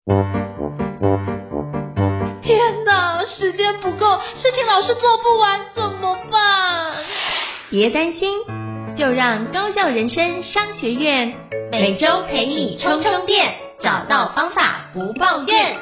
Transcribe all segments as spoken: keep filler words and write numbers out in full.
天哪，时间不够，事情老是做不完，怎么办？ 别担心，就让高效人生商学院每周陪你充充电，找到方法不抱怨。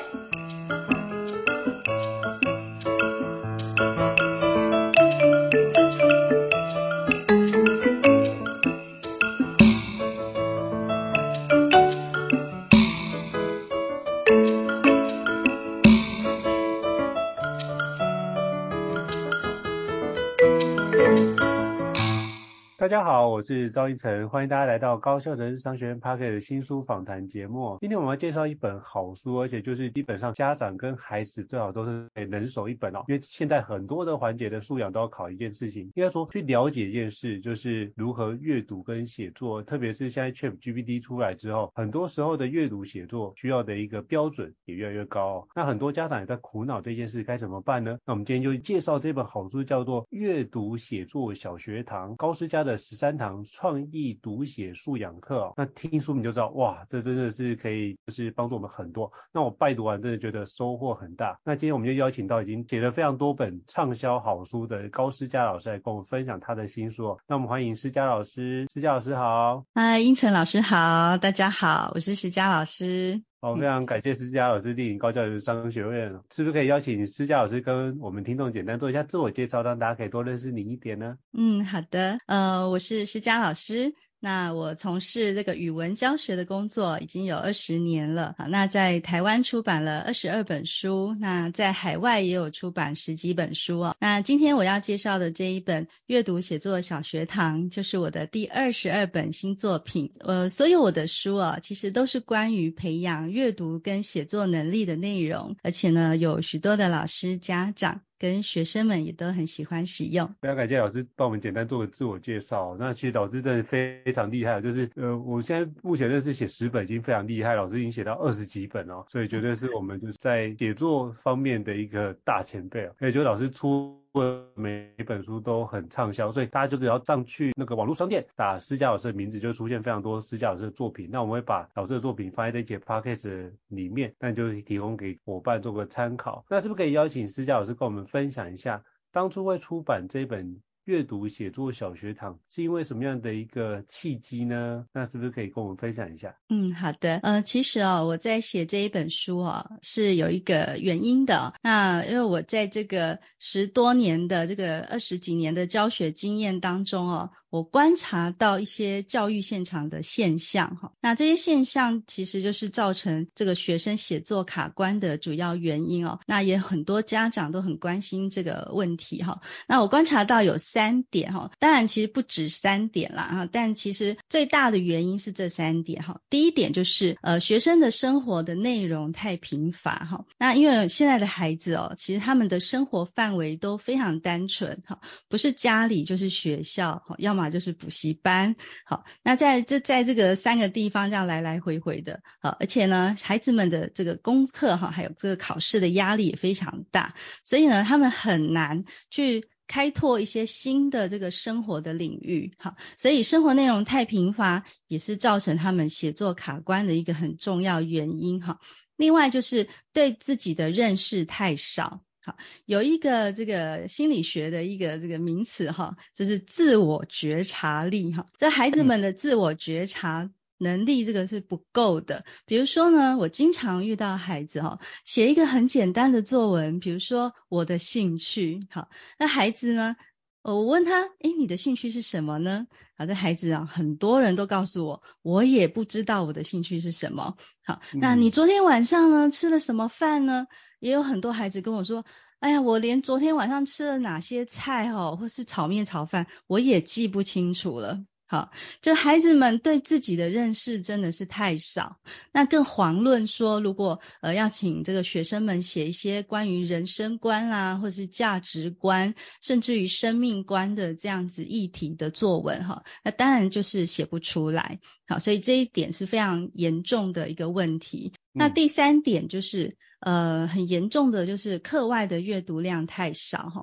大家好，我是赵一成，欢迎大家来到高效人生商学院 Podcast 的新书访谈节目。今天我们要介绍一本好书，而且就是基本上家长跟孩子最好都是人手一本哦，因为现在很多的环节的素养都要考一件事情，应该说去了解一件事，就是如何阅读跟写作，特别是现在 ChatGPT 出来之后，很多时候的阅读写作需要的一个标准也越来越高哦。那很多家长也在苦恼这件事该怎么办呢？那我们今天就介绍这本好书，叫做《阅读写作小学堂》，高诗佳的十三堂创意读写素养课哦。那听书你就知道，哇，这真的是可以就是帮助我们很多。那我拜读完真的觉得收获很大。那今天我们就邀请到已经写了非常多本畅销好书的高诗佳老师来跟我们分享他的新书哦。那我们欢迎诗佳老师。诗佳老师好。 嗨，英成老师好，大家好，我是诗佳老师。 好，非常感谢诗佳老师莅临高教育商学院，是不是可以邀请诗佳老师跟我们听众简单做一下自我介绍，让大家可以多认识你一点呢？ 嗯，好的，呃，我是诗佳老师。那我从事这个语文教学的工作已经有二十年了，好，那在台湾出版了二十二本书，那在海外也有出版十几本书哦。那今天我要介绍的这一本阅读写作小学堂，就是我的第二十二本新作品。呃，所有我的书啊，其实都是关于培养阅读跟写作能力的内容，而且呢，有许多的老师、家长跟学生们也都很喜欢使用。 非常感谢老师帮我们简单做个自我介绍。那其实老师真的非常厉害，就是呃，我现在目前认识写十本已经非常厉害，老师已经写到二十几本哦，所以绝对是我们就是在写作方面的一个大前辈哦。而且就老师出每一本书都很畅销，所以大家就只要上去那个网络商店打诗佳老师的名字，就出现非常多诗佳老师的作品。那我们会把老师的作品放在这一节 podcast 里面，那就提供给伙伴做个参考。那是不是可以邀请诗佳老师跟我们分享一下，当初会出版这本阅读写作小学堂是因为什么样的一个契机呢？那是不是可以跟我们分享一下？ 嗯，好的。呃，其实哦，我在写这一本书哦，是有一个原因的。那因为我在这个十多年的这个二十几年的教学经验当中哦，我观察到一些教育现场的现象哈。那这些现象其实就是造成这个学生写作卡关的主要原因哦。那也很多家长都很关心这个问题哈。那我观察到有三点哈，当然其实不止三点啦哈，但其实最大的原因是这三点哈。第一点就是呃学生的生活的内容太贫乏哈。那因为现在的孩子哦，其实他们的生活范围都非常单纯哈，不是家里就是学校，要么就是补习班。好，那在这在这个三个地方这样来来回回的，好，而且呢，孩子们的这个功课哈，还有这个考试的压力也非常大，所以呢，他们很难去开拓一些新的这个生活的领域，好，所以生活内容太贫乏也是造成他们写作卡关的一个很重要原因哈。另外就是对自己的认识太少。好，有一个这个心理学的一个这个名词哈，就是自我觉察力哈。这孩子们的自我觉察能力这个是不够的。比如说呢，我经常遇到孩子哈，写一个很简单的作文，比如说我的兴趣，好，那孩子呢，我问他，诶，你的兴趣是什么呢？好，这孩子啊，很多人都告诉我，我也不知道我的兴趣是什么。好，那你昨天晚上呢吃了什么饭呢？也有很多孩子跟我说，哎呀，我连昨天晚上吃了哪些菜哦，或是炒面炒饭，我也记不清楚了。好，就孩子们对自己的认识真的是太少，那更遑论说，如果呃要请这个学生们写一些关于人生观啦，或是价值观，甚至于生命观的这样子议题的作文哈，那当然就是写不出来。好，所以这一点是非常严重的一个问题。那第三点就是呃很严重的就是课外的阅读量太少哈。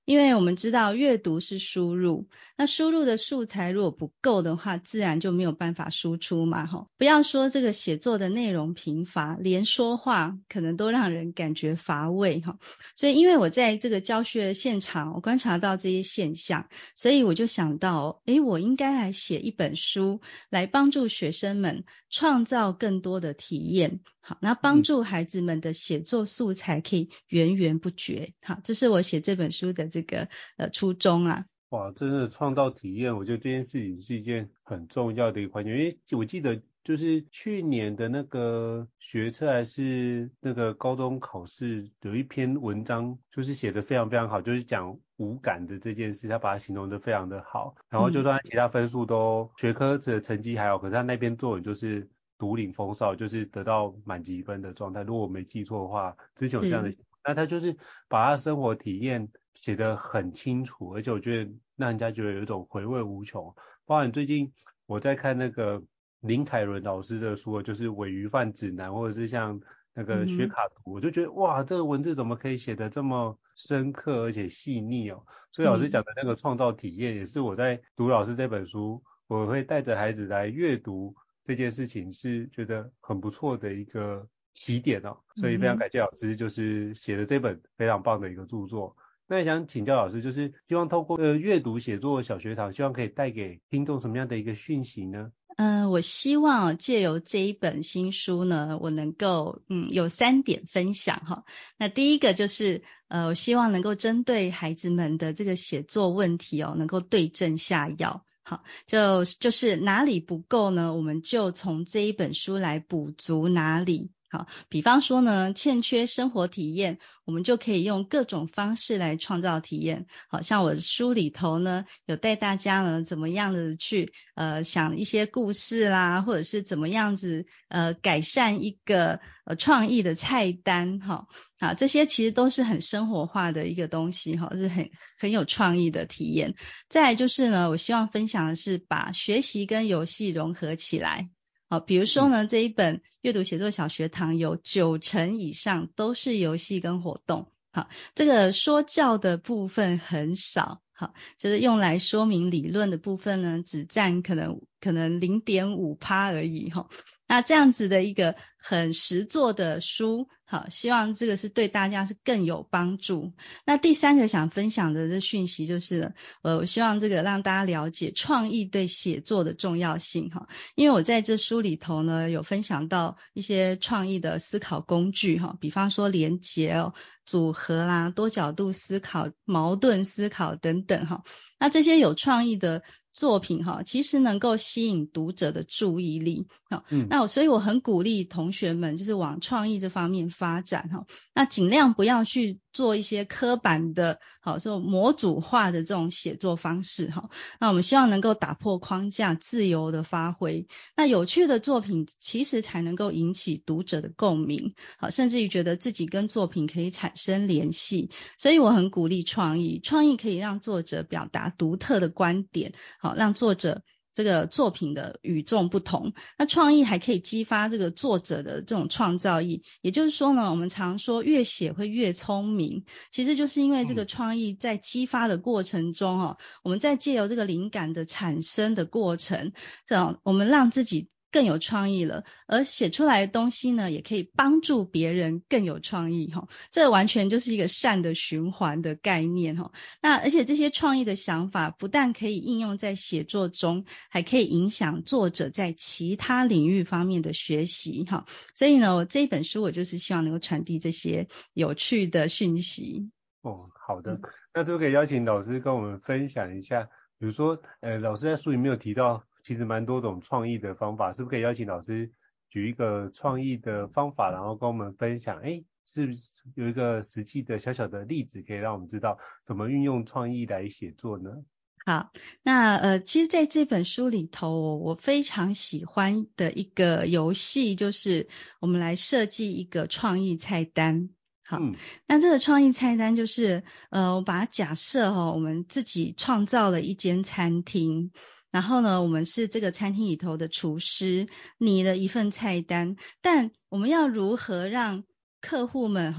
因为我们知道阅读是输入，那输入的素材如果不够的话，自然就没有办法输出嘛齁。不要说这个写作的内容贫乏，连说话可能都让人感觉乏味齁。所以因为我在这个教学现场，我观察到这些现象，所以我就想到，诶，我应该来写一本书，来帮助学生们创造更多的体验。好，那帮助孩子们的写作素材可以源源不绝。好，这是我写这本书的这个呃初衷啊。 哇，真的创造体验，我觉得这件事情是一件很重要的一个环节。因为我记得就是去年的那个学测还是那个高中考试，有一篇文章就是写得非常非常好，就是讲五感的这件事，他把它形容得非常的好。然后就算其他分数都、嗯、学科的成绩还好，可是他那篇作文就是独领风骚，就是得到满级分的状态。如果我没记错的话，之前有这样的，那他就是把他生活体验写得很清楚，而且我觉得让人家觉得有一种回味无穷。包含最近我在看那个林凯伦老师的书，就是伪鱼贩指南，或者是像那个学卡图、嗯、我就觉得哇，这个文字怎么可以写得这么深刻而且细腻哦。所以老师讲的那个创造体验，也是我在读老师这本书，我会带着孩子来阅读这件事情，是觉得很不错的一个起点哦。所以非常感谢老师，就是写了这本非常棒的一个著作。那也想请教老师，就是希望透过呃阅读写作小学堂，希望可以带给听众什么样的一个讯息呢？ 嗯、呃，我希望借由这一本新书呢，我能够嗯有三点分享哈。那第一个就是呃，我希望能够针对孩子们的这个写作问题哦，能够对症下药。好，就就是哪里不够呢，我们就从这一本书来补足哪里。好，比方说呢，欠缺生活体验，我们就可以用各种方式来创造体验。好像我的书里头呢，有带大家呢怎么样的去呃想一些故事啦，或者是怎么样子呃改善一个呃创意的菜单哈。啊，这些其实都是很生活化的一个东西哈，是很很有创意的体验。再来就是呢，我希望分享的是把学习跟游戏融合起来。好，比如说呢，这一本阅读写作小学堂有九成以上都是游戏跟活动。好，这个说教的部分很少。好，就是用来说明理论的部分呢，只占可能可能 零点五趴 而已哈。那这样子的一个很实作的书，好，希望这个是对大家是更有帮助。那第三个想分享的这讯息就是，呃，我希望这个让大家了解创意对写作的重要性哈。因为我在这书里头呢，有分享到一些创意的思考工具哈，比方说连结哦、组合啦、多角度思考、矛盾思考等等哈。那这些有创意的作品哈，其实能够吸引读者的注意力。好，嗯，那我所以我很鼓励同学们就是往创意这方面发展哈。那尽量不要去做一些刻板的，好，这种模组化的这种写作方式哈。那我们希望能够打破框架，自由的发挥。那有趣的作品其实才能够引起读者的共鸣，好，甚至于觉得自己跟作品可以产生联系。所以我很鼓励创意，创意可以让作者表达独特的观点，好，让作者这个作品的与众不同。那创意还可以激发这个作者的这种创造力，也就是说呢，我们常说越写会越聪明，其实就是因为这个创意在激发的过程中哦，我们在借由这个灵感的产生的过程，这样我们让自己更有创意了，而写出来的东西呢，也可以帮助别人更有创意哈。这完全就是一个善的循环的概念哈。那而且这些创意的想法不但可以应用在写作中，还可以影响作者在其他领域方面的学习哈。所以呢，我这一本书我就是希望能够传递这些有趣的讯息。 哦，好的，那就可以邀请老师跟我们分享一下，比如说，呃，老师在书里面有提到，其实蛮多种创意的方法，是不是可以邀请老师举一个创意的方法，然后跟我们分享，哎，是不是有一个实际的小小的例子，可以让我们知道怎么运用创意来写作呢？ 好，那呃，其实在这本书里头，我非常喜欢的一个游戏就是我们来设计一个创意菜单。好，嗯、那这个创意菜单就是，呃，我把它假设哈、哦，我们自己创造了一间餐厅，然后呢，我们是这个餐厅里头的厨师，拟了一份菜单，但我们要如何让客户们哈、哦、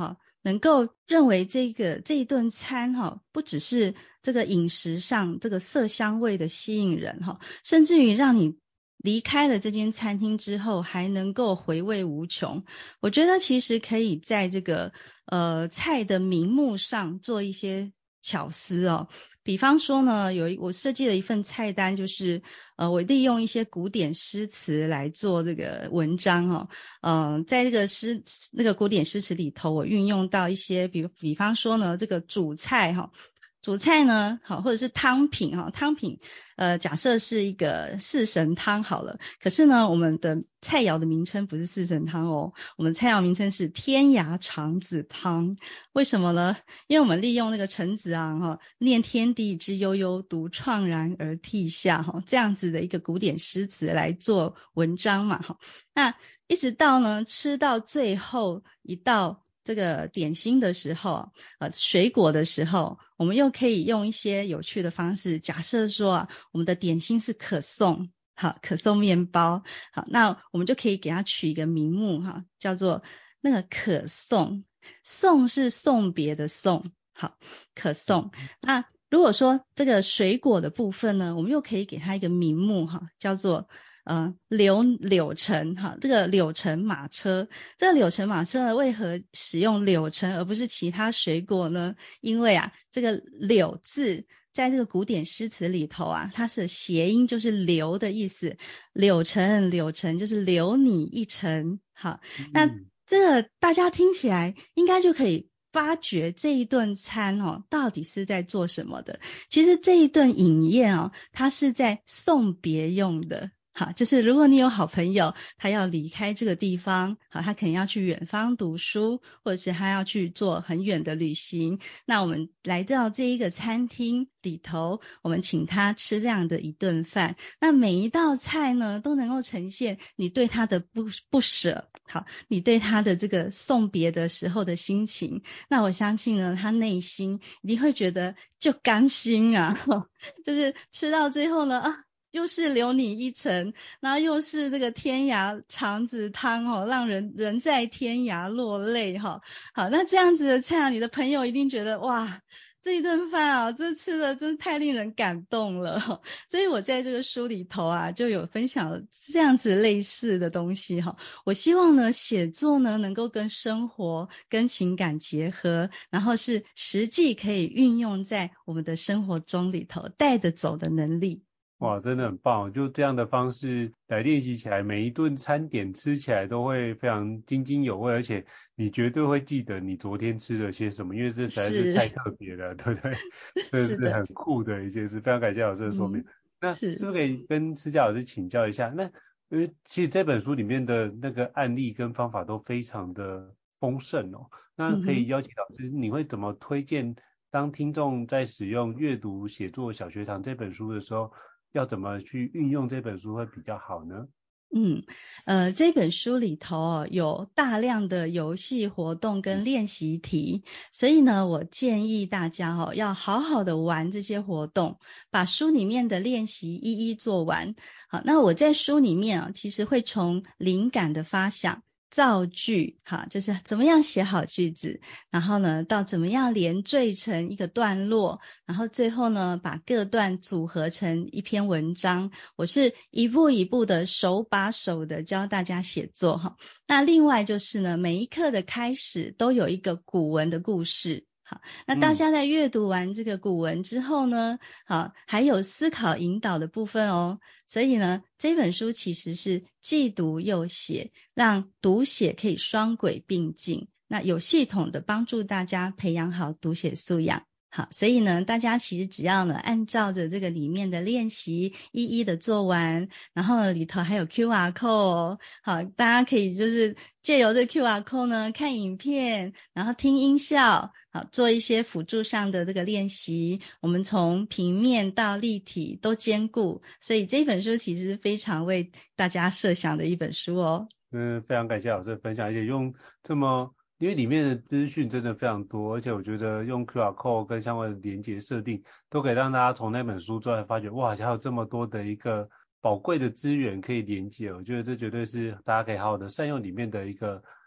能够认为这个这一顿餐哈，不只是这个饮食上这个色香味的吸引人哈，甚至于让你离开了这间餐厅之后还能够回味无穷。我觉得其实可以在这个呃菜的名目上做一些巧思哦。比方说呢，有一我设计了一份菜单，就是呃我利用一些古典诗词来做这个文章哦。嗯、呃，在这个诗那个古典诗词里头，我运用到一些比比方说呢，这个主菜哈、哦。主菜呢，好，或者是汤品哈，汤品，呃，假设是一个四神汤好了，可是呢，我们的菜肴的名称不是四神汤哦，我们菜肴名称是天涯肠子汤。为什么呢？因为我们利用那个陈子昂哈，念天地之悠悠，独怆然而涕下哈，这样子的一个古典诗词来做文章嘛哈。那一直到呢，吃到最后一道这个点心的时候，呃，水果的时候，我们又可以用一些有趣的方式。假设说啊，我们的点心是可颂，好，可颂面包，好，那我们就可以给它取一个名目哈，叫做那个可颂。颂是送别的颂，好，可颂。那如果说这个水果的部分呢，我们又可以给它一个名目哈，叫做呃，柳柳橙哈，这个柳橙马车，这个柳橙马车呢，为何使用柳橙而不是其他水果呢？因为啊，这个柳字在这个古典诗词里头啊，它是谐音，就是留的意思。柳橙，柳橙就是留你一程。好，那这个大家听起来应该就可以发觉这一顿餐哦，到底是在做什么的。其实这一顿饮宴哦，它是在送别用的。好，就是如果你有好朋友，他要离开这个地方，好，他可能要去远方读书，或者是他要去做很远的旅行，那我们来到这一个餐厅里头，我们请他吃这样的一顿饭，那每一道菜呢，都能够呈现你对他的不不舍，好，你对他的这个送别的时候的心情，那我相信呢，他内心一定会觉得就甘心啊，就是吃到最后呢，啊。又是留你一程，然后又是这个天涯肠子汤哦，让人人在天涯落泪哈、哦。好，那这样子的菜啊，你的朋友一定觉得哇，这一顿饭啊，这吃的真太令人感动了、哦。所以我在这个书里头啊，就有分享了这样子类似的东西哈、哦。我希望呢，写作呢能够跟生活、跟情感结合，然后是实际可以运用在我们的生活中里头，带着走的能力。 哇，真的很棒！就这样的方式来练习起来，每一顿餐点吃起来都会非常津津有味，而且你绝对会记得你昨天吃了些什么，因为这实在是太特别了，对不对？这是很酷的一件事，非常感谢老师的说明。嗯、那是不是可以跟思佳老师请教一下？那因为其实这本书里面的那个案例跟方法都非常的丰盛哦，那可以邀请老师，你会怎么推荐？当听众在使用《阅读写作小学堂》这本书的时候，要怎么去运用这本书会比较好呢？ 嗯，呃，这本书里头哦，有大量的游戏活动跟练习题，所以呢，我建议大家哦，要好好的玩这些活动，把书里面的练习一一做完。好，那我在书里面啊，其实会从灵感的发想、造句，哈，就是怎么样写好句子，然后呢，到怎么样连缀成一个段落，然后最后呢，把各段组合成一篇文章。我是一步一步的手把手的教大家写作哈。那另外就是呢，每一课的开始都有一个古文的故事。好，那大家在阅读完这个古文之后呢，好，还有思考引导的部分哦。所以呢，这本书其实是既读又写，让读写可以双轨并进，那有系统的帮助大家培养好读写素养。好，所以呢，大家其实只要呢按照着这个里面的练习一一的做完，然后呢里头还有 Q R code 哦，好，大家可以就是借由这 Q R code 呢看影片，然后听音效，好，做一些辅助上的这个练习。我们从平面到立体都兼顾，所以这本书其实非常为大家设想的一本书哦。 嗯，非常感谢老师的分享，而且用这么因为里面的资讯真的非常多，而且我觉得用 Q R code 跟相关的连结设定，都可以让大家从那本书之后发觉，哇，还有这么多的一个宝贵的资源可以连接，我觉得这绝对是大家可以好好的善用里面的一个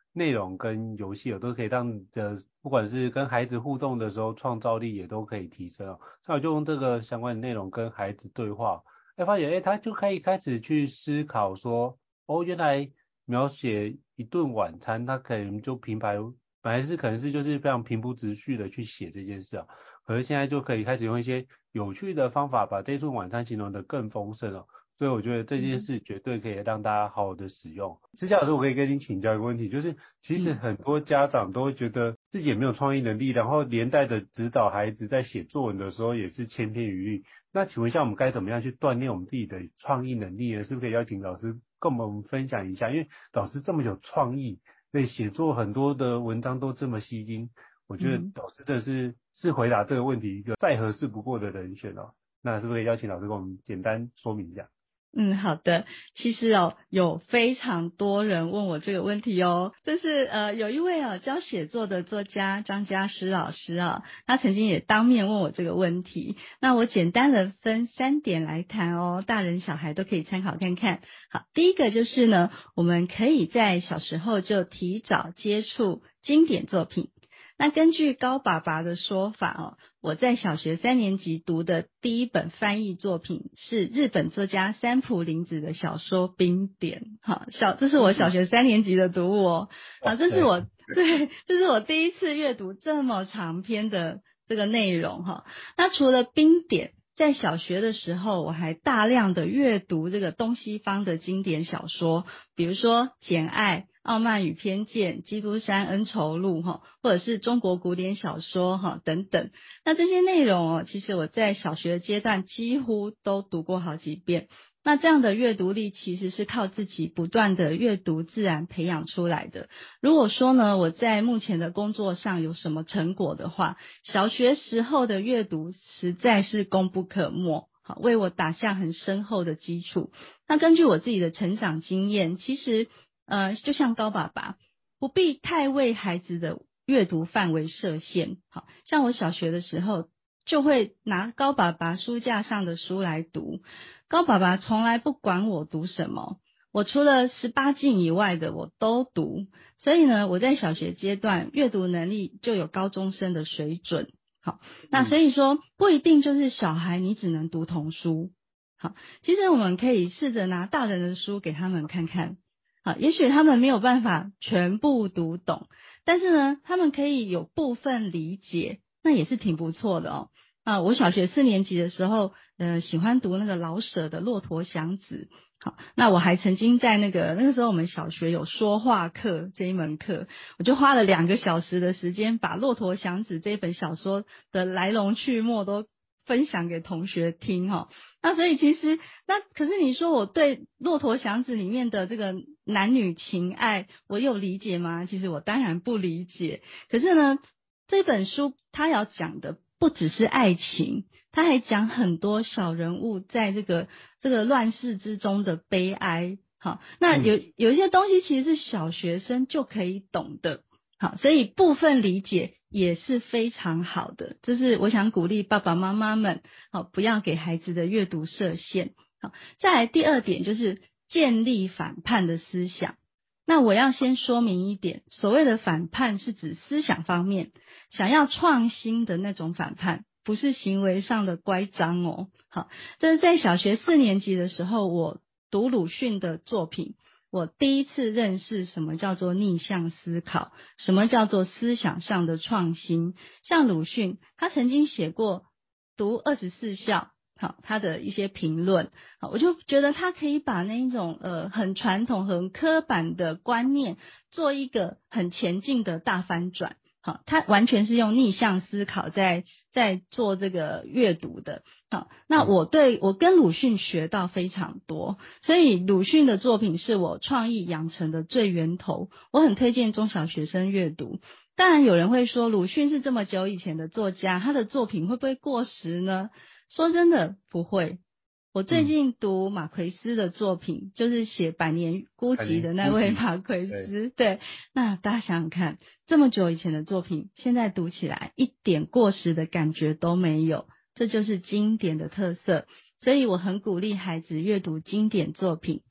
内容跟游戏哦，都可以让这不管是跟孩子互动的时候，创造力也都可以提升哦。那我就用这个相关的内容跟孩子对话，哎，发现哎，他就可以开始去思考说，哦，原来描写一顿晚餐，他可能就平白本来是可能是就是非常平铺直叙的去写这件事啊，可是现在就可以开始用一些有趣的方法，把这顿晚餐形容得更丰盛了。所以我觉得这件事绝对可以让大家好好的使用。私下老师，我可以跟你请教一个问题，就是其实很多家长都会觉得自己也没有创意能力，然后连带的指导孩子在写作文的时候也是千篇一律。那请问一下，我们该怎么样去锻炼我们自己的创意能力呢？是不是可以邀请老师跟我们分享一下？因为老师这么有创意，对写作很多的文章都这么吸睛，我觉得老师真的是是回答这个问题一个再合适不过的人选哦。那是不是可以邀请老师跟我们简单说明一下？ 嗯，好的。其实哦，有非常多人问我这个问题哦。就是呃，有一位啊教写作的作家张家诗老师啊，他曾经也当面问我这个问题。那我简单的分三点来谈哦，大人小孩都可以参考看看。好，第一个就是呢，我们可以在小时候就提早接触经典作品。那根据高爸爸的说法哦，我在小学三年级读的第一本翻译作品是日本作家三浦绫子的小说《冰点》。好，小这是我小学三年级的读物哦。啊，这是我对，这是我第一次阅读这么长篇的这个内容哈。那除了《冰点》，在小学的时候，我还大量的阅读这个东西方的经典小说，比如说《简爱》、《傲慢与偏见》、《基督山恩仇录》哈，或者是中国古典小说哈等等。那这些内容哦，其实我在小学阶段几乎都读过好几遍。那这样的阅读力其实是靠自己不断的阅读自然培养出来的。如果说呢，我在目前的工作上有什么成果的话，小学时候的阅读实在是功不可没，好，为我打下很深厚的基础。那根据我自己的成长经验，其实呃，就像高爸爸，不必太为孩子的阅读范围设限。好，像我小学的时候就会拿高爸爸书架上的书来读，高爸爸从来不管我读什么，我除了十八禁以外的我都读，所以呢，我在小学阶段阅读能力就有高中生的水准。好，那所以说不一定就是小孩你只能读童书。好，其实我们可以试着拿大人的书给他们看看。好，也许他们没有办法全部读懂，但是呢，他们可以有部分理解，那也是挺不错的哦。啊，我小学四年级的时候，呃，喜欢读那个老舍的《骆驼祥子》。好，那我还曾经在那个那个时候我们小学有说话课这一门课，我就花了两个小时的时间，把《骆驼祥子》这本小说的来龙去脉都分享给同学听哈。那所以其实那可是你说我对《骆驼祥子》里面的这个男女情爱我有理解吗？其实我当然不理解。可是呢，这本书它要讲的不只是爱情，它还讲很多小人物在这个这个乱世之中的悲哀。好，那有有一些东西其实是小学生就可以懂的。好，所以部分理解也是非常好的，这是我想鼓励爸爸妈妈们，好，不要给孩子的阅读设限。好，再来第二点就是建立反叛的思想。那我要先说明一点，所谓的反叛是指思想方面，想要创新的那种反叛，不是行为上的乖张哦。好，这是在小学四年级的时候，我读鲁迅的作品，我第一次认识什么叫做逆向思考，什么叫做思想上的创新。像鲁迅，他曾经写过读二十四孝，好，他的一些评论，好，我就觉得他可以把那一种呃很传统、很刻板的观念，做一个很前进的大翻转。好，他完全是用逆向思考在在做这个阅读的。好，那我对我跟鲁迅学到非常多，所以鲁迅的作品是我创意养成的最源头，我很推荐中小学生阅读。当然有人会说鲁迅是这么久以前的作家，他的作品会不会过时呢？说真的不会。我最近读马奎斯的作品，嗯、就是写《百年孤寂》的那位马奎斯。对，对，那大家想想看，这么久以前的作品，现在读起来一点过时的感觉都没有，这就是经典的特色。所以我很鼓励孩子阅读经典作品，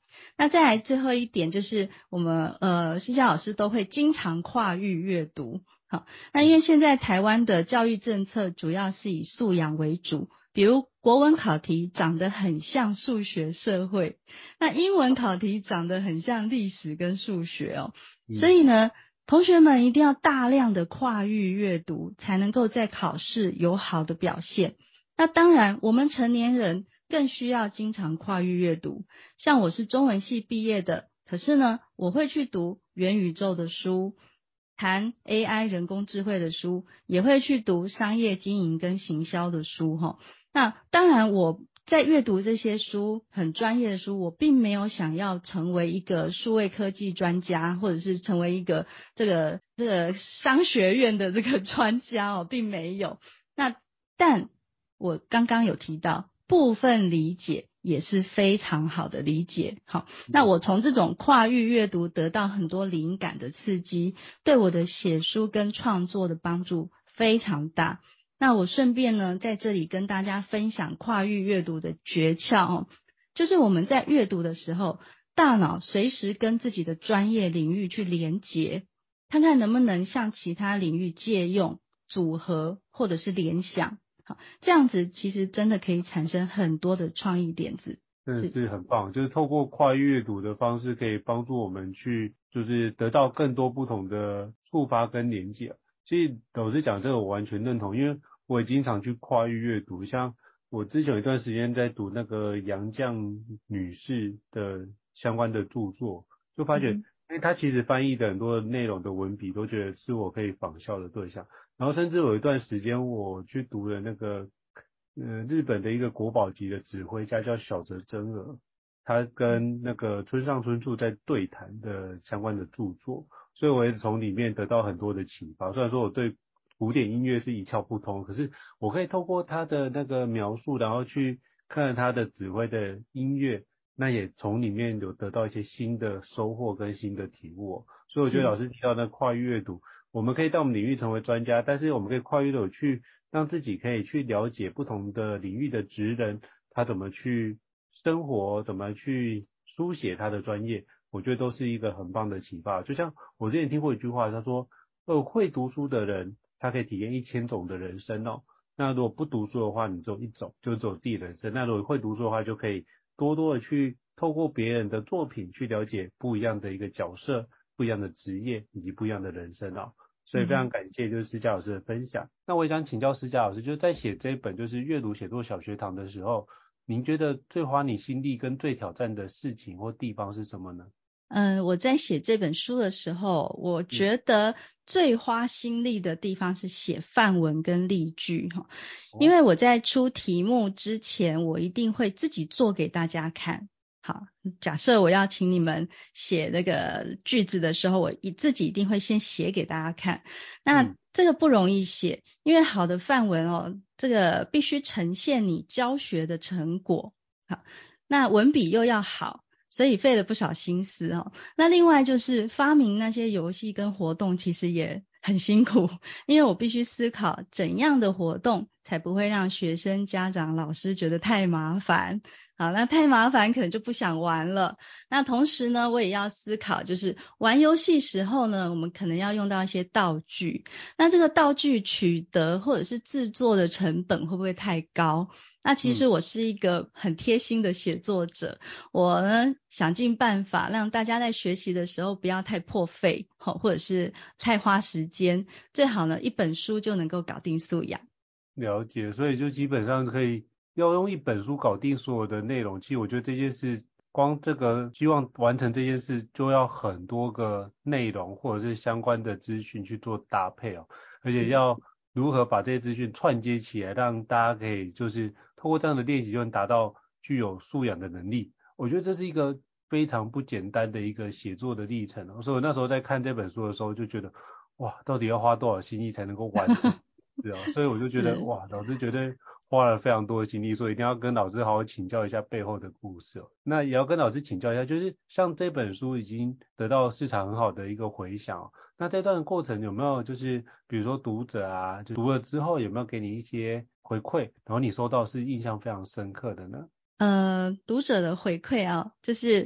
那再来最后一点就是我们呃施佳老师都会经常跨域阅读。好，那因为现在台湾的教育政策主要是以素养为主，比如国文考题长得很像数学社会，那英文考题长得很像历史跟数学哦，所以呢同学们一定要大量的跨域阅读，才能够在考试有好的表现。那当然我们成年人更需要经常跨域阅读，像我是中文系毕业的，可是呢我会去读元宇宙的书，谈 A I 人工智慧的书，也会去读商业经营跟行销的书齁。那当然我在阅读这些书很专业的书，我并没有想要成为一个数位科技专家，或者是成为一个这个这个商学院的这个专家哦，并没有。那但我刚刚有提到部分理解也是非常好的理解。好，那我从这种跨域阅读得到很多灵感的刺激，对我的写书跟创作的帮助非常大。那我顺便呢在这里跟大家分享跨域阅读的诀窍哦，就是我们在阅读的时候，大脑随时跟自己的专业领域去连结，看看能不能向其他领域借用、组合或者是联想。好，这样子其实真的可以产生很多的创意点子。 真的是很棒，就是透过跨域阅读的方式，可以帮助我们去就是得到更多不同的触发跟连结。其实老实讲，这个我完全认同，因为我也经常去跨域阅读，像我之前有一段时间在读那个杨绛女士的相关的著作，就发觉，因为她其实翻译的很多内容的文笔都觉得是我可以仿效的对象，然后甚至有一段时间我去读了那个呃日本的一个国宝级的指挥家叫小泽征尔，他跟那个村上春树在对谈的相关的著作，所以我也从里面得到很多的启发。虽然说我对古典音乐是一窍不通，可是我可以透过他的那个描述，然后去看他的指挥的音乐，那也从里面有得到一些新的收获跟新的体悟。所以我觉得老师提到的跨域阅读，我们可以在我们领域成为专家，但是我们可以跨域阅读去让自己可以去了解不同的领域的职人，他怎么去生活，怎么去书写他的专业，我觉得都是一个很棒的启发。就像我之前听过一句话，他说，呃，会读书的人，他可以体验一千种的人生哦。那如果不读书的话，你只有一种，就只有自己人生。那如果会读书的话，就可以多多的去透过别人的作品去了解不一样的一个角色、不一样的职业以及不一样的人生哦。所以非常感谢就是施佳老师的分享。嗯、那我也想请教施佳老师，就是在写这一本就是阅读写作小学堂的时候，您觉得最花你心力跟最挑战的事情或地方是什么呢？ 嗯，我在写这本书的时候，我觉得最花心力的地方是写范文跟例句哈，因为我在出题目之前，我一定会自己做给大家看。好，假设我要请你们写那个句子的时候，我自己一定会先写给大家看。那这个不容易写，因为好的范文哦，这个必须呈现你教学的成果。好，那文笔又要好。所以费了不少心思哦。那另外就是发明那些游戏跟活动其实也很辛苦，因为我必须思考怎样的活动才不会让学生、家长、老师觉得太麻烦。好，那太麻烦可能就不想玩了。那同时呢，我也要思考，就是玩游戏时候呢，我们可能要用到一些道具。那这个道具取得或者是制作的成本会不会太高？那其实我是一个很贴心的写作者，嗯、我呢想尽办法让大家在学习的时候不要太破费，或者是太花时间，最好呢一本书就能够搞定素养。 了解，所以就基本上可以要用一本书搞定所有的内容。其实我觉得这件事，光这个希望完成这件事，就要很多个内容或者是相关的资讯去做搭配哦，而且要如何把这些资讯串接起来，让大家可以就是透过这样的练习就能达到具有素养的能力。我觉得这是一个非常不简单的一个写作的历程哦，所以我那时候在看这本书的时候就觉得，哇，到底要花多少心力才能够完成？是啊，所以我就觉得哇，老师绝对花了非常多的精力，所以一定要跟老师好好请教一下背后的故事哦。那也要跟老师请教一下，就是像这本书已经得到市场很好的一个回响哦，那这段过程有没有就是比如说读者啊，就读了之后有没有给你一些回馈，然后你收到是印象非常深刻的呢？ 呃，读者的回馈啊，就是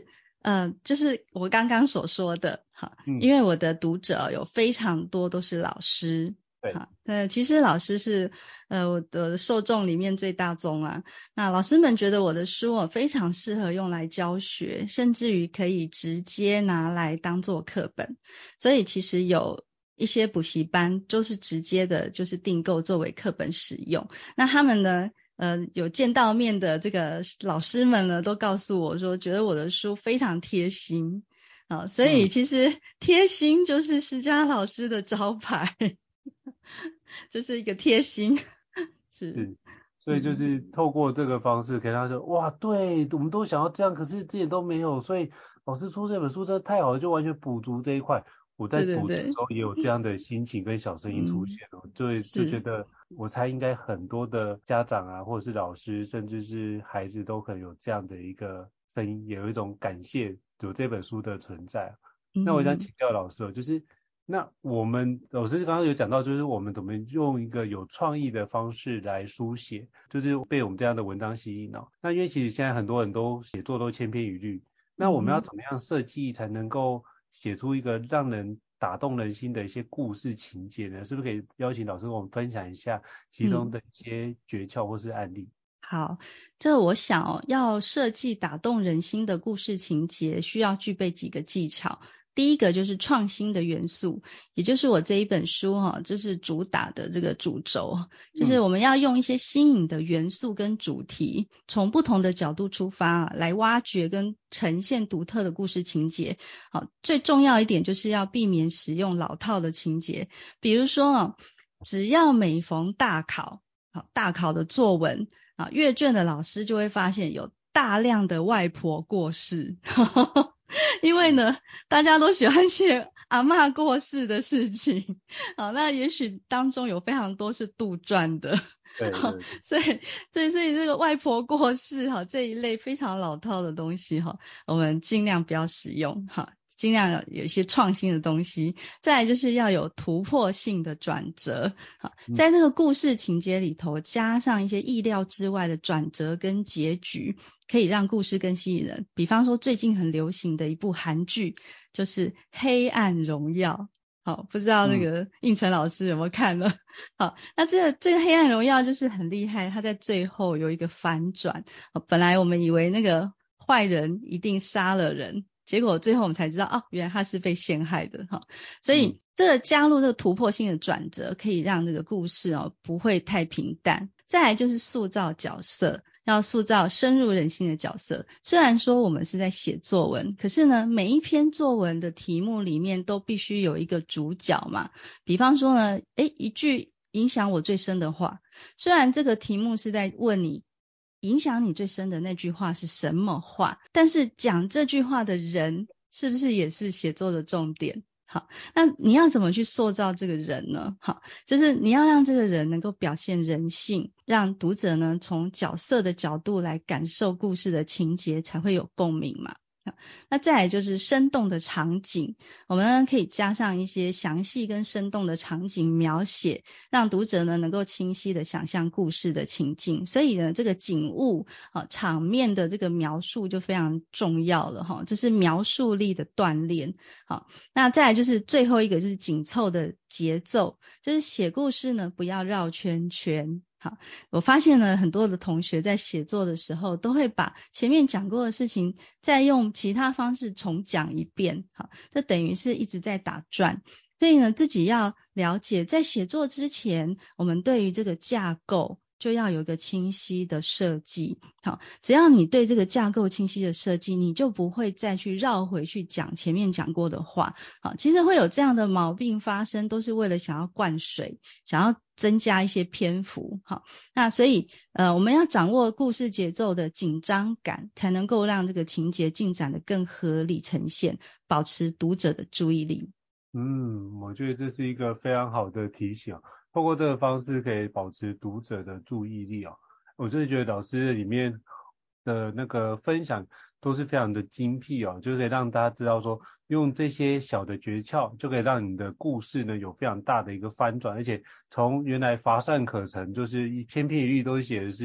呃，就是我刚刚所说的，哈， 嗯， 因为我的读者有非常多都是老师， 对， 哈，呃，其实老师是呃我的受众里面最大宗啊。那老师们觉得我的书哦非常适合用来教学，甚至于可以直接拿来当做课本，所以其实有一些补习班都是直接的，就是订购作为课本使用。那他们呢？呃，有见到面的这个老师们呢，都告诉我说，觉得我的书非常贴心啊，所以嗯， 其实贴心就是施佳老师的招牌，就是一个贴心，是， 是，所以就嗯， 是透过这个方式，可以让他说，哇，对，我们都想要这样，可是之前都没有，所以老师出这本书真的太好了，就完全补足这一块。我在对对对， 读的时候也有这样的心情跟小声音出嗯， 现了，就就觉是， 得，我猜应该很多的家长啊，或者是老师，甚至是孩子都可能有这样的一个声音，也有一种感谢有这本书的存在。那我想嗯请教老师哦，就是那我们老师刚刚有讲到，就是我们怎么用一个有创意的方式来书写，就是被我们这样的文章吸引哦。那因为其实现在很多人都写作都千篇一律，那我们要嗯怎么样设计才能够写出一个让人打动人心的一些故事情节呢？是不是可以邀请老师跟我们分享一下其中嗯。 的一些诀窍或是案例？ 好，这我想哦，要设计打动人心的故事情节，需要具备几个技巧。第一个就是创新的元素，也就是我这一本书哈、哦，就是主打的这个主轴，就是嗯我们要用一些新颖的元素跟主题，从不同的角度出发啊，来挖掘跟呈现独特的故事情节。好，最重要一点就是要避免使用老套的情节，比如说哦，只要每逢大考，好，大考的作文。啊，阅卷的老师就会发现有大量的外婆过世，因为呢，大家都喜欢写阿嬷过世的事情，好，那也许当中有非常多是杜撰的， 对对， 所以，所以，所以这个外婆过世哈这一类非常老套的东西哈，我们尽量不要使用哈，尽量有一些创新的东西。再来就是要有突破性的转折，好， 嗯在这个故事情节里头加上一些意料之外的转折跟结局，可以让故事更吸引人。比方说最近很流行的一部韩剧就是《黑暗荣耀》。好，不知道那嗯个应成老师有没有看呢？好，那这个这个黑暗荣耀就是很厉害，它在最后有一个反转。本来我们以为那个坏人一定杀了人，结果最后我们才知道，哦，原来他是被陷害的哈。所嗯以这个加入这个突破性的转折，可以让这个故事哦不会太平淡。再来就是塑造角色。要塑造深入人心的角色。虽然说我们是在写作文，可是呢，每一篇作文的题目里面都必须有一个主角嘛。比方说呢，诶，一句影响我最深的话，虽然这个题目是在问你影响你最深的那句话是什么话，但是讲这句话的人是不是也是写作的重点？好，那你要怎么去塑造这个人呢？好，就是你要让这个人能够表现人性，让读者呢从角色的角度来感受故事的情节，才会有共鸣嘛。那再来就是生动的场景，我们呢可以加上一些详细跟生动的场景描写，让读者呢能够清晰的想象故事的情境。所以呢，这个景物啊场面的这个描述就非常重要了哈，这是描述力的锻炼。好，那再来就是最后一个就是紧凑的节奏，就是写故事呢不要绕圈圈。好，我发现呢，很多的同学在写作的时候，都会把前面讲过的事情，再用其他方式重讲一遍。好，这等于是一直在打转。所以呢，自己要了解，在写作之前，我们对于这个架构就要有一个清晰的设计。好，只要你对这个架构清晰的设计，你就不会再去绕回去讲前面讲过的话。好，其实会有这样的毛病发生，都是为了想要灌水，想要增加一些篇幅。好，那所以呃，我们要掌握故事节奏的紧张感，才能够让这个情节进展的更合理呈现，保持读者的注意力。 嗯，我觉得这是一个非常好的提醒，透过这个方式可以保持读者的注意力哦。我真的觉得老师里面的那个分享都是非常的精辟哦，就可以让大家知道说，用这些小的诀窍就可以让你的故事呢有非常大的一个翻转，而且从原来乏善可陈，就是一篇篇一律都写的是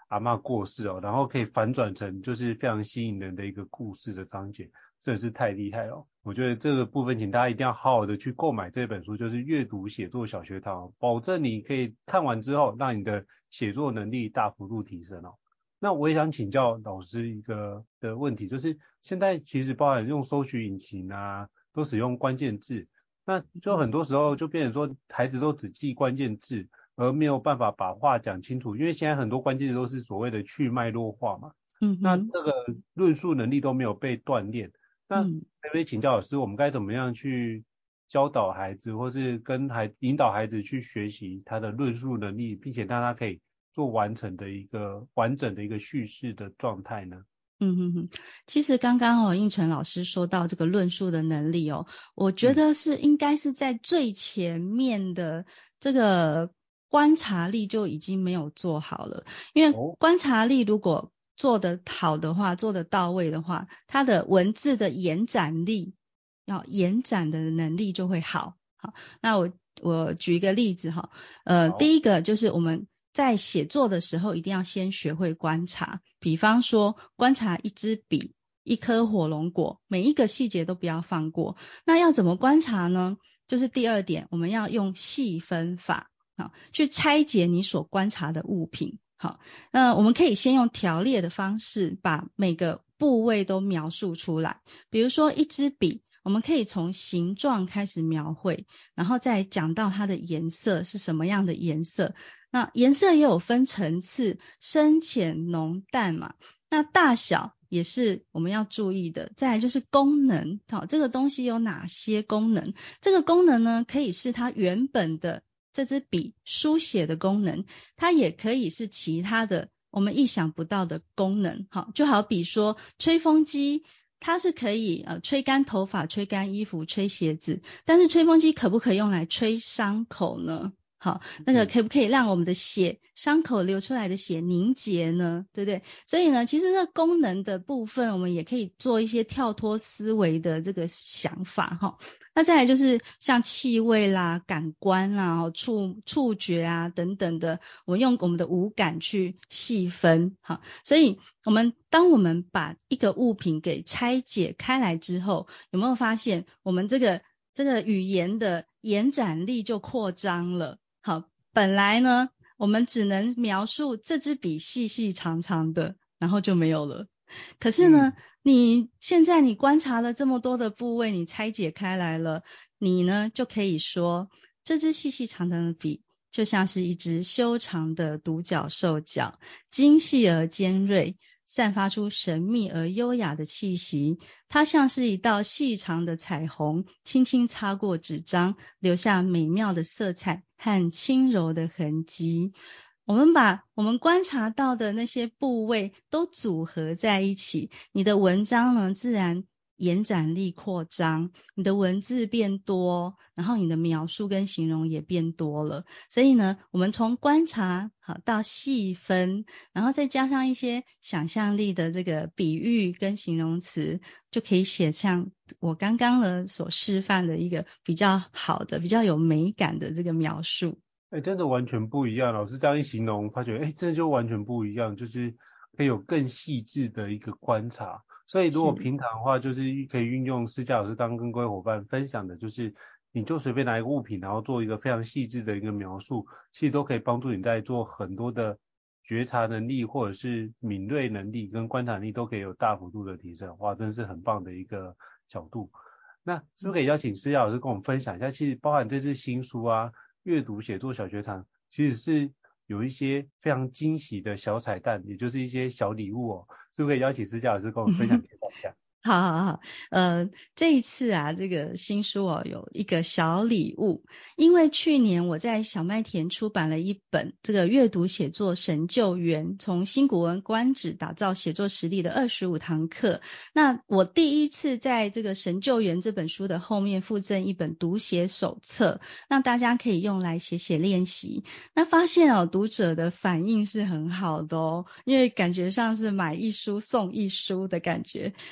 阿嬷过世哦，然后可以反转成就是非常吸引人的一个故事的章节，真的是太厉害了。我觉得这个部分请大家一定要好好的去购买这本书，就是阅读写作小学堂，保证你可以看完之后让你的写作能力大幅度提升哦。那我也想请教老师一个的问题，就是现在其实包含用搜寻引擎啊，都使用关键字，那就很多时候就变成说孩子都只记关键字，而没有办法把话讲清楚，因为现在很多关键字都是所谓的去脉络化嘛， 嗯哼， 那这个论述能力都没有被锻炼。那嗯。 可不可以请教老师，我们该怎么样去教导孩子，或是跟孩引导孩子去学习他的论述能力，并且让他可以做完成的一个完整的一个叙事的状态呢？ 嗯哼哼，其实刚刚哦，应成老师说到这个论述的能力哦，我觉嗯， 得是应该是在最前面的这个观察力就已经没有做好了，因为哦， 观察力如果做得好的话，做得到位的话，它的文字的延展力，要延展的能力就会好。好，那我我举一个例子哈，呃， 好， 第一个就是我们在写作的时候一定要先学会观察，比方说观察一支笔、一颗火龙果，每一个细节都不要放过。那要怎么观察呢？就是第二点，我们要用细分法，好，去拆解你所观察的物品。好，那我们可以先用条列的方式把每个部位都描述出来。比如说一支笔，我们可以从形状开始描绘，然后再讲到它的颜色是什么样的颜色。那颜色也有分层次，深浅浓淡嘛。那大小也是我们要注意的。再来就是功能，好，这个东西有哪些功能？这个功能呢，可以是它原本的这支笔书写的功能，它也可以是其他的我们意想不到的功能。好，就好比说吹风机，它是可以呃吹干头发、吹干衣服、吹鞋子，但是吹风机可不可以用来吹伤口呢？好，那个可不可以让我们的血伤口流出来的血凝结呢？对不对？所以呢，其实这功能的部分，我们也可以做一些跳脱思维的这个想法哈。那再来就是像气味啦、感官啦、触触觉啊等等的，我们用我们的五感去细分哈。所以我们当我们把一个物品给拆解开来之后，有没有发现我们这个这个语言的延展力就扩张了？好，本来呢，我们只能描述这支笔细细长长的，然后就没有了。可是呢， 嗯， 你现在你观察了这么多的部位，你拆解开来了，你呢就可以说，这支细细长长的笔就像是一只修长的独角兽角，精细而尖锐，散发出神秘而优雅的气息。它像是一道细长的彩虹，轻轻擦过纸张，留下美妙的色彩和轻柔的痕迹。我们把我们观察到的那些部位都组合在一起，你的文章呢自然延展力扩张，你的文字变多，然后你的描述跟形容也变多了。所以呢，我们从观察好到细分，然后再加上一些想象力的这个比喻跟形容词，就可以写像我刚刚呢所示范的一个比较好的、比较有美感的这个描述。 哎，真的完全不一样。老师这样一形容，发觉哎，真的就完全不一样，就是可以有更细致的一个观察。所以如果是， 平常的话，就是可以运用施教老师刚刚跟各位伙伴分享的，就是你就随便拿一个物品，然后做一个非常细致的一个描述，其实都可以帮助你在做很多的觉察能力，或者是敏锐能力跟观察力都可以有大幅度的提升。哇，真是很棒的一个角度。那是不是可以邀请施教老师跟我们分享一下，其实包含这次新书啊？阅读写作小学堂其实是有一些非常惊喜的小彩蛋，也就是一些小礼物哦，是不是可以邀请施教老师跟我们分享介绍一下？ 好好好，呃，这一次啊，这个新书哦，有一个小礼物，因为去年我在小麦田出版了一本这个阅读写作神救援，从新古文观止打造写作实力的二十五堂课。那我第一次在这个神救援这本书的后面附赠一本读写手册，让大家可以用来写写练习。那发现哦，读者的反应是很好的哦，因为感觉上是买一书送一书的感觉，所以呢。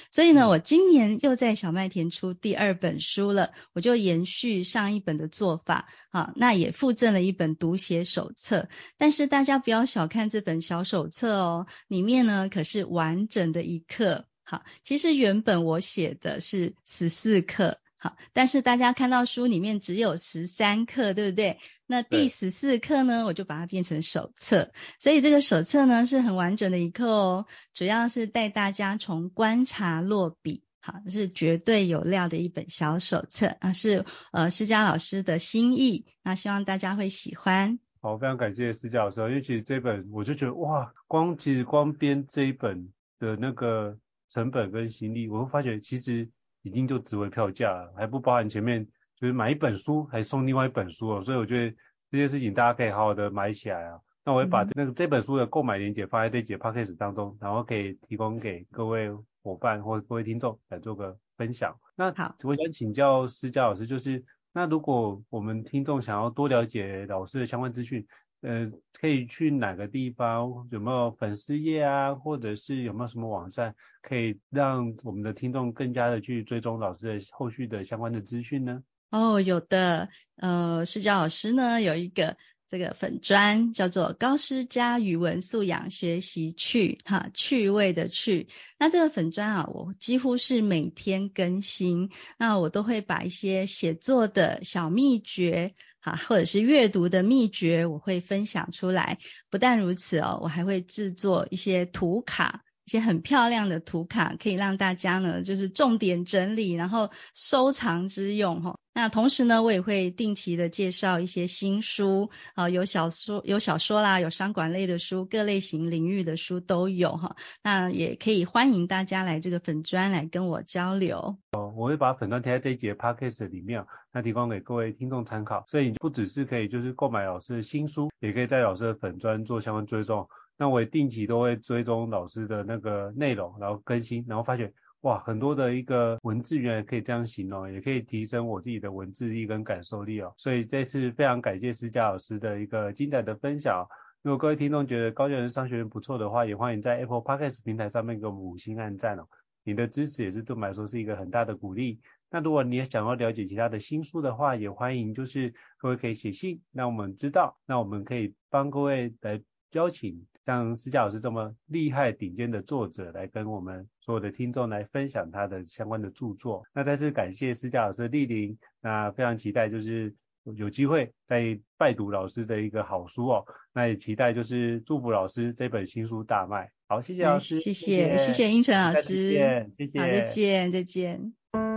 呢，我今年又在小麦田出第二本书了，我就延续上一本的做法，好，那也附赠了一本读写手册。但是大家不要小看这本小手册哦，里面呢可是完整的一课。好，其实原本我写的是十四课，好，但是大家看到书里面只有十三课，对不对？那第十四课呢，我就把它变成手册，所以这个手册呢是很完整的一课哦，主要是带大家从观察落笔，好，是绝对有料的一本小手册啊，是呃施佳老师的心意，那希望大家会喜欢。 好，非常感谢施佳老师，因为其实这本我就觉得哇，光其实光编这一本的那个成本跟心力，我会发觉其实已经就值回票价了，还不包含前面就是买一本书还送另外一本书哦，所以我觉得这件事情大家可以好好的买起来啊。那我会把那个这本书的购买链接放在这节 podcast 当中，然后可以提供给各位伙伴或各位听众来做个分享。那好， 我想请教施佳老师，就是那如果我们听众想要多了解老师的相关资讯，呃，可以去哪个地方？有没有粉丝页啊，或者是有没有什么网站可以让我们的听众更加的去追踪老师的后续的相关的资讯呢？ 哦，有的，呃，施佳老师呢有一个这个粉专叫做高诗佳语文素养学习趣，哈，趣味的趣。那这个粉专啊，我几乎是每天更新，那我都会把一些写作的小秘诀，哈，或者是阅读的秘诀，我会分享出来。不但如此哦，我还会制作一些图卡。一些很漂亮的图卡，可以让大家呢就是重点整理，然后收藏之用哈。那同时呢，我也会定期的介绍一些新书，啊、呃，有小说有小说啦，有商管类的书，各类型领域的书都有哈。那也可以欢迎大家来这个粉专来跟我交流。 哦，我会把粉专贴在这一节 podcast 里面，那提供给各位听众参考。所以不只是可以就是购买老师的新书，也可以在老师的粉专做相关追踪。那我也定期都会追踪老师的那个内容，然后更新，然后发觉哇，很多的一个文字原来可以这样形容，也可以提升我自己的文字力跟感受力哦。所以这次非常感谢施佳老师的一个精彩的分享。如果各位听众觉得高教人商学院不错的话，也欢迎在 Apple Podcast 平台上面给我们五星按赞哦。你的支持也是对我们来说是一个很大的鼓励。那如果你也想要了解其他的新书的话，也欢迎就是各位可以写信让我们知道，那我们可以帮各位来邀请像施佳老师这么厉害顶尖的作者来跟我们所有的听众来分享他的相关的著作。那再次感谢施佳老师的莅临，那非常期待就是有机会再拜读老师的一个好书哦，那也期待就是祝福老师这本新书大卖。好，谢谢老师， 谢谢谢， 谢谢谢英成老师， 谢谢， 好，再见再见。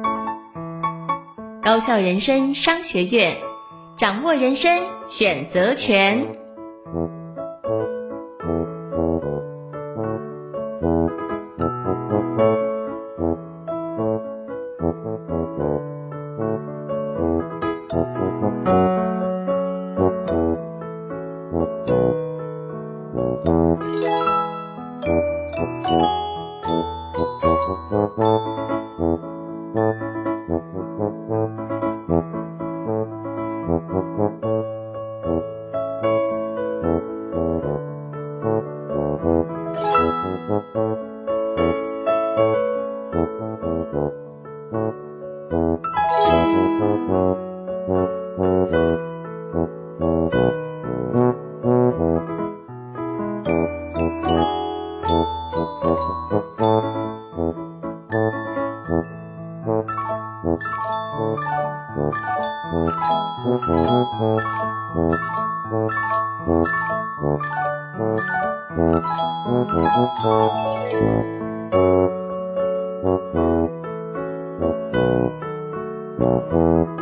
高校人生商学院，掌握人生选择权。 Thank you.